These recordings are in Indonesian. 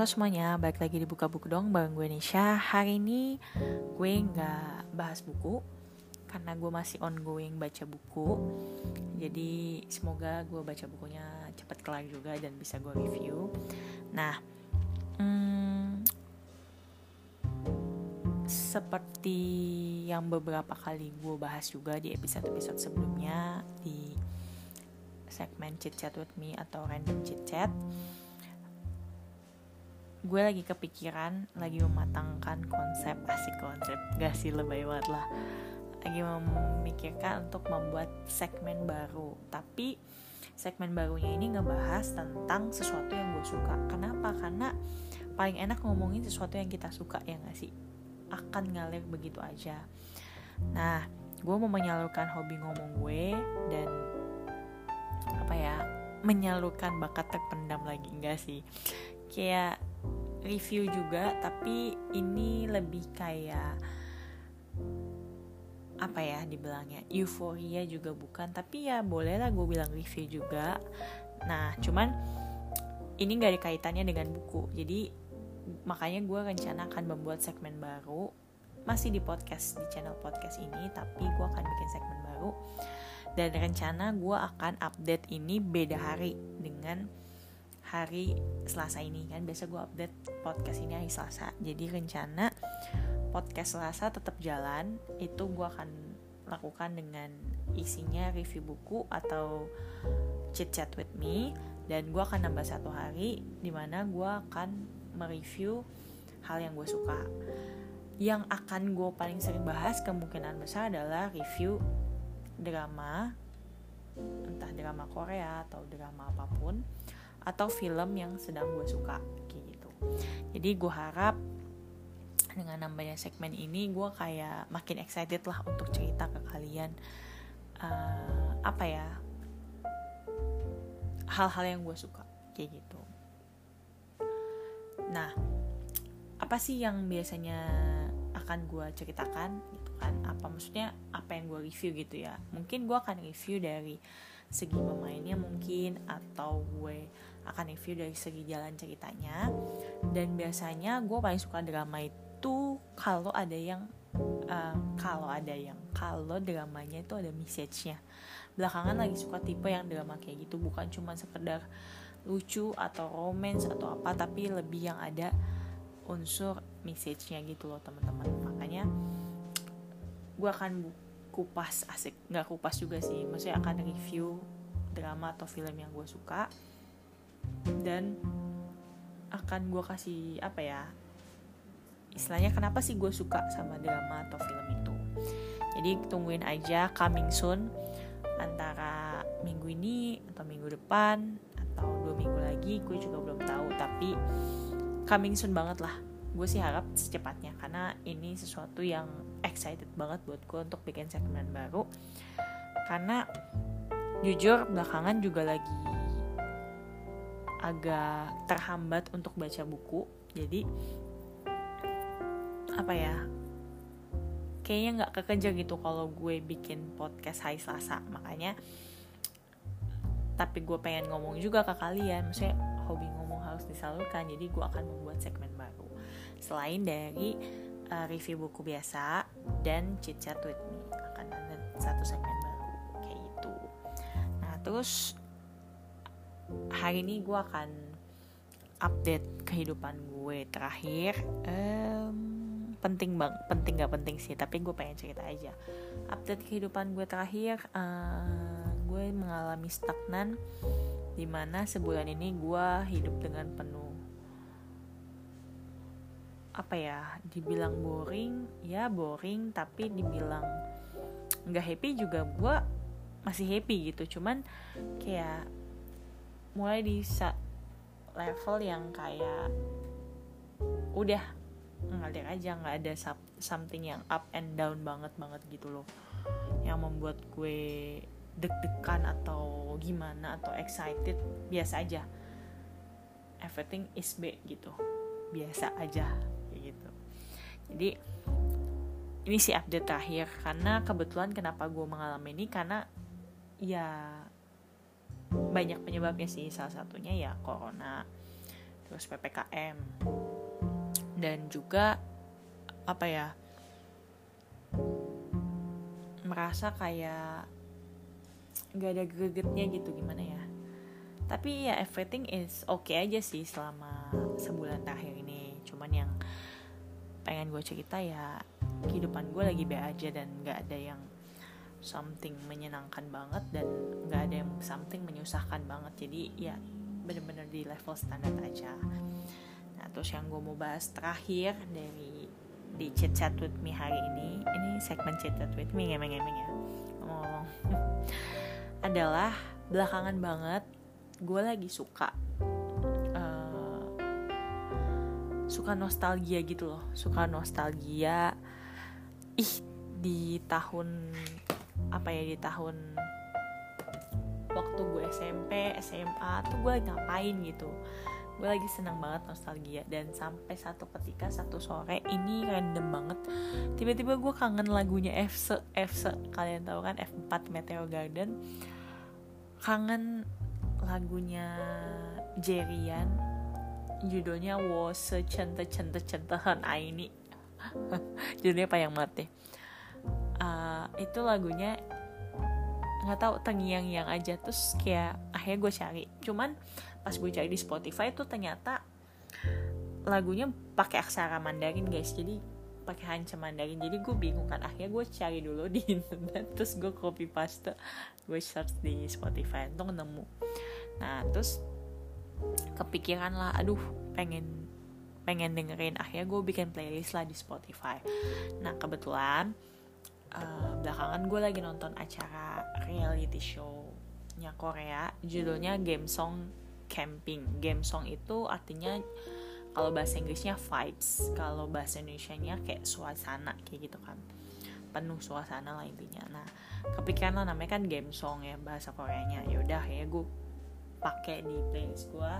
Halo semuanya, balik lagi di Buka Buku Dong bareng gue Nisha. Hari ini gue gak bahas buku karena gue masih ongoing baca buku. Jadi semoga gue baca bukunya cepat kelar juga dan bisa gue review. Nah, seperti yang beberapa kali gue bahas juga di episode-episode sebelumnya di segmen Chit Chat with Me atau Random Chit Chat, gue lagi kepikiran, lagi mematangkan konsep gak sih, lebay banget lah, lagi memikirkan untuk membuat segmen baru. Tapi segmen barunya ini ngebahas tentang sesuatu yang gue suka. Kenapa? Karena paling enak ngomongin sesuatu yang kita suka, ya gak sih? Akan ngalir begitu aja. Nah, gue mau menyalurkan hobi ngomong gue dan menyalurkan bakat terpendam lagi, enggak sih? Kayak review juga, tapi ini lebih kayak dibilangnya euforia juga bukan, tapi ya boleh lah gue bilang review juga. Nah, cuman ini gak ada kaitannya dengan buku, jadi makanya gue rencana akan membuat segmen baru, masih di channel podcast ini, tapi gue akan bikin segmen baru. Dan rencana gue akan update ini beda hari dengan hari Selasa ini, kan biasa gue update podcast ini hari Selasa. Jadi rencana podcast Selasa tetap jalan, itu gue akan lakukan dengan isinya review buku atau chit chat with me. Dan gue akan nambah satu hari dimana gue akan mereview hal yang gue suka. Yang akan gue paling sering bahas kemungkinan besar adalah review drama, entah drama Korea atau drama apapun, atau film yang sedang gue suka gitu. Jadi gue harap dengan nambahnya segmen ini gue kayak makin excited lah untuk cerita ke kalian hal-hal yang gue suka kayak gitu. Nah, apa sih yang biasanya akan gue ceritakan gitu kan? Apa yang gue review gitu ya? Mungkin gue akan review dari segi pemainnya mungkin, atau gue akan review dari segi jalan ceritanya. Dan biasanya gue paling suka drama itu kalau dramanya itu ada message-nya. Belakangan lagi suka tipe yang drama kayak gitu, bukan cuma sekedar lucu atau romance atau apa, tapi lebih yang ada unsur message-nya gitu loh teman-teman. Makanya gue akan nggak kupas juga sih, maksudnya akan review drama atau film yang gue suka, dan akan gue kasih istilahnya kenapa sih gue suka sama drama atau film itu. Jadi tungguin aja, coming soon, antara minggu ini atau minggu depan atau 2 minggu lagi, gue juga belum tahu, tapi coming soon banget lah. Gue sih harap secepatnya, karena ini sesuatu yang excited banget buat gue untuk bikin segmen baru. Karena jujur belakangan juga lagi agak terhambat untuk baca buku. Jadi kayaknya gak kekejar gitu kalau gue bikin podcast hari Selasa. Makanya, tapi gue pengen ngomong juga ke kalian, maksudnya hobi ngomong harus disalurkan. Jadi gue akan membuat segmen baru selain dari review buku biasa dan chit chat with me. Akan ada satu segmen baru kayak gitu. Nah, terus hari ini gue akan update kehidupan gue terakhir. Penting gak penting sih, tapi gue pengen cerita aja. Update kehidupan gue terakhir, gue mengalami stagnan, dimana sebulan ini gue hidup dengan penuh dibilang boring, tapi dibilang gak happy juga, gue masih happy gitu. Cuman kayak mulai di level yang kayak udah ngalir aja, gak ada something yang up and down banget gitu loh, yang membuat gue deg-degan atau gimana atau excited. Biasa aja, everything is back gitu, biasa aja kayak gitu. Jadi ini sih update terakhir, karena kebetulan kenapa gue mengalami ini, karena ya banyak penyebabnya sih. Salah satunya ya corona, terus PPKM, dan juga apa ya, merasa kayak gak ada gregetnya gitu, gimana ya. Tapi ya everything is okay aja sih selama sebulan terakhir ini. Cuman yang pengen gue cerita ya, kehidupan gue lagi be aja, dan gak ada yang something menyenangkan banget, dan gak ada yang something menyusahkan banget. Jadi ya bener-bener di level standar aja. Nah terus yang gue mau bahas terakhir dari di Chit Chat With Me hari ini segmen Chit Chat With Me ngemeng-ngemeng ya, ngomong-ngomong adalah belakangan banget gue lagi suka nostalgia gitu loh, suka nostalgia. Di tahun di tahun waktu gue SMP, SMA tuh gue ngapain gitu. Gue lagi senang banget nostalgia, dan sampai satu ketika satu sore ini random banget, tiba-tiba gue kangen lagunya FC. Kalian tahu kan, F4 Meteor Garden. Kangen lagunya Jerian, judulnya Was Cente-Cente-Centehen Aini. Judulnya panjang banget deh. Itu lagunya nggak tahu, terngiang-ngiang aja. Terus kayak akhirnya gue cari, cuman pas gue cari di Spotify tuh ternyata lagunya pakai aksara Mandarin guys, jadi pakai Hanja Mandarin. Jadi gue bingung kan, akhirnya gue cari dulu di internet, terus gue copy paste, gue search di Spotify untuk nemu. Nah terus kepikiran lah, aduh pengen dengerin. Akhirnya gue bikin playlist lah di Spotify. Nah kebetulan belakangan gue lagi nonton acara reality show-nya Korea, judulnya Game Song Camping. Game Song itu artinya kalau bahasa Inggrisnya vibes, kalau bahasa Indonesianya kayak suasana, kayak gitu kan, penuh suasana lah intinya. Nah kepikiran lah, namanya kan Game Song ya bahasa Koreanya. Yaudah ya gue pakai di playlist gue.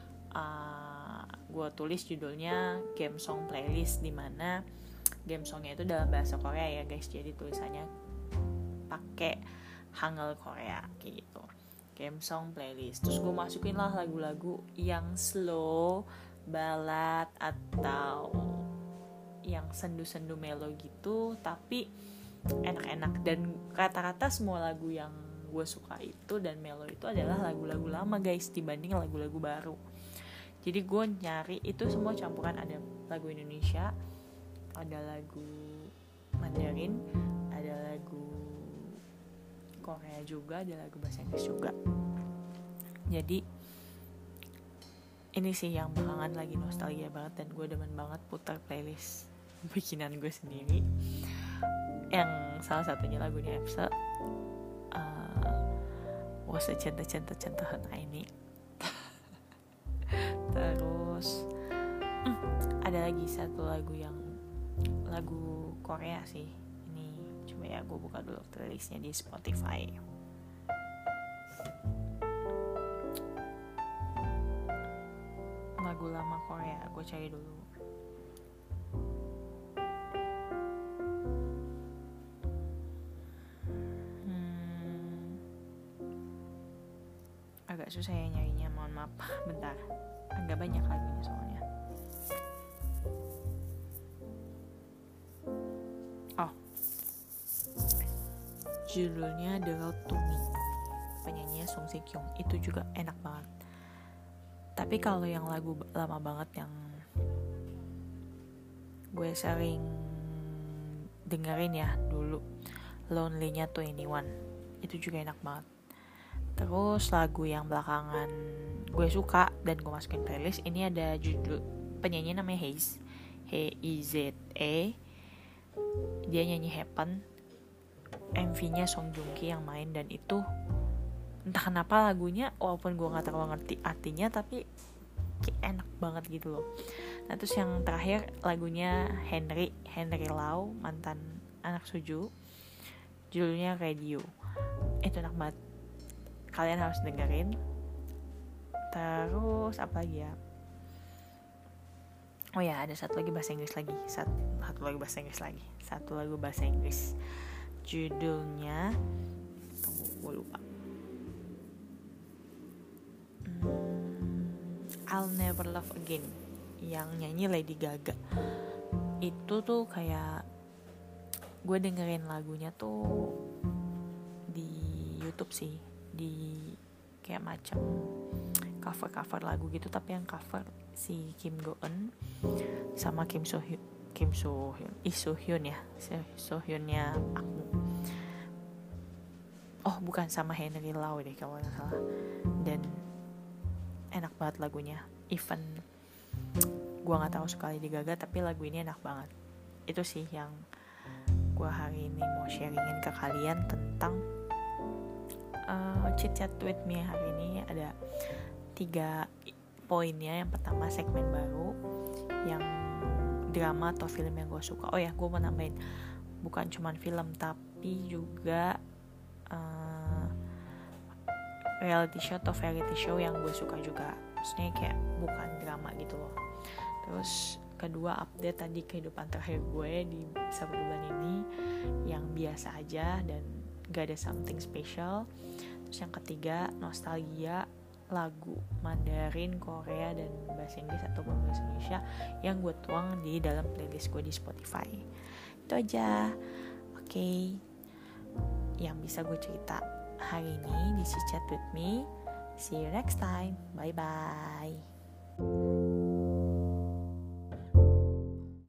Gue tulis judulnya Game Song Playlist, dimana game songnya itu dalam bahasa Korea ya guys, jadi tulisannya pakai Hangul Korea kayak gitu, Game Song Playlist. Terus gue masukin lah lagu-lagu yang slow, ballad, atau yang sendu-sendu melo gitu, tapi enak-enak. Dan rata-rata semua lagu yang gue suka itu dan melo itu adalah lagu-lagu lama guys, dibanding lagu-lagu baru. Jadi gue nyari itu semua campuran, ada lagu Indonesia, ada lagu Mandarin, ada lagu Korea juga, ada lagu bahasa Inggris juga. Jadi ini sih yang belakangan lagi nostalgia banget, dan gue demen banget putar playlist bikinan gue sendiri, yang salah satunya lagunya EPSA, Was Cente-Cente-Centehen Aini. Terus ada lagi satu lagu Korea sih. Ini coba ya gue buka dulu playlistnya di Spotify. Lagu lama Korea, gue cari dulu. Agak susah ya nyarinya, mohon maaf. Bentar, agak banyak lagunya soalnya. Judulnya The Road to Me, penyanyinya Song Si Kyung. Itu juga enak banget. Tapi kalau yang lagu lama banget yang gue sering dengerin ya dulu, Lonely-nya 21, itu juga enak banget. Terus lagu yang belakangan gue suka dan gue masukin playlist, ini ada judul penyanyi namanya Heize, Heize. Dia nyanyi Happen, MV-nya Song Joong Ki yang main, dan itu entah kenapa lagunya walaupun gue gak terlalu ngerti artinya, tapi enak banget gitu loh. Nah terus yang terakhir lagunya Henry Lau, mantan anak Suju, judulnya Radio. Itu enak banget, kalian harus dengerin. Terus apa lagi ya, oh ya ada satu lagu bahasa Inggris, judulnya gue lupa. I'll Never Love Again yang nyanyi Lady Gaga. Itu tuh kayak gue dengerin lagunya tuh di YouTube sih, di kayak macam cover lagu gitu, tapi yang cover si Kim Go Eun sama Kim So Hyunnya aku. Oh bukan, sama Henry Lau deh kalau nggak salah. Dan enak banget lagunya. Even gue nggak tahu suka Lady Gaga, tapi lagu ini enak banget. Itu sih yang gue hari ini mau sharingin ke kalian tentang Chit Chat With Me. Hari ini ada 3 poinnya. Yang pertama, segmen baru yang drama atau film yang gue suka. Oh ya, gue mau nambahin, bukan cuman film tapi juga reality show atau variety show yang gue suka juga. Maksudnya kayak bukan drama gitu loh. Terus kedua, update tadi kehidupan terakhir gue di sebulan ini yang biasa aja dan gak ada something special. Terus yang ketiga, nostalgia lagu Mandarin, Korea, dan bahasa Inggris atau bahasa Indonesia yang gue tuang di dalam playlist gue di Spotify. Itu aja. Oke. Yang bisa gue cerita hari ini di Chit Chat With Me. See you next time. Bye bye.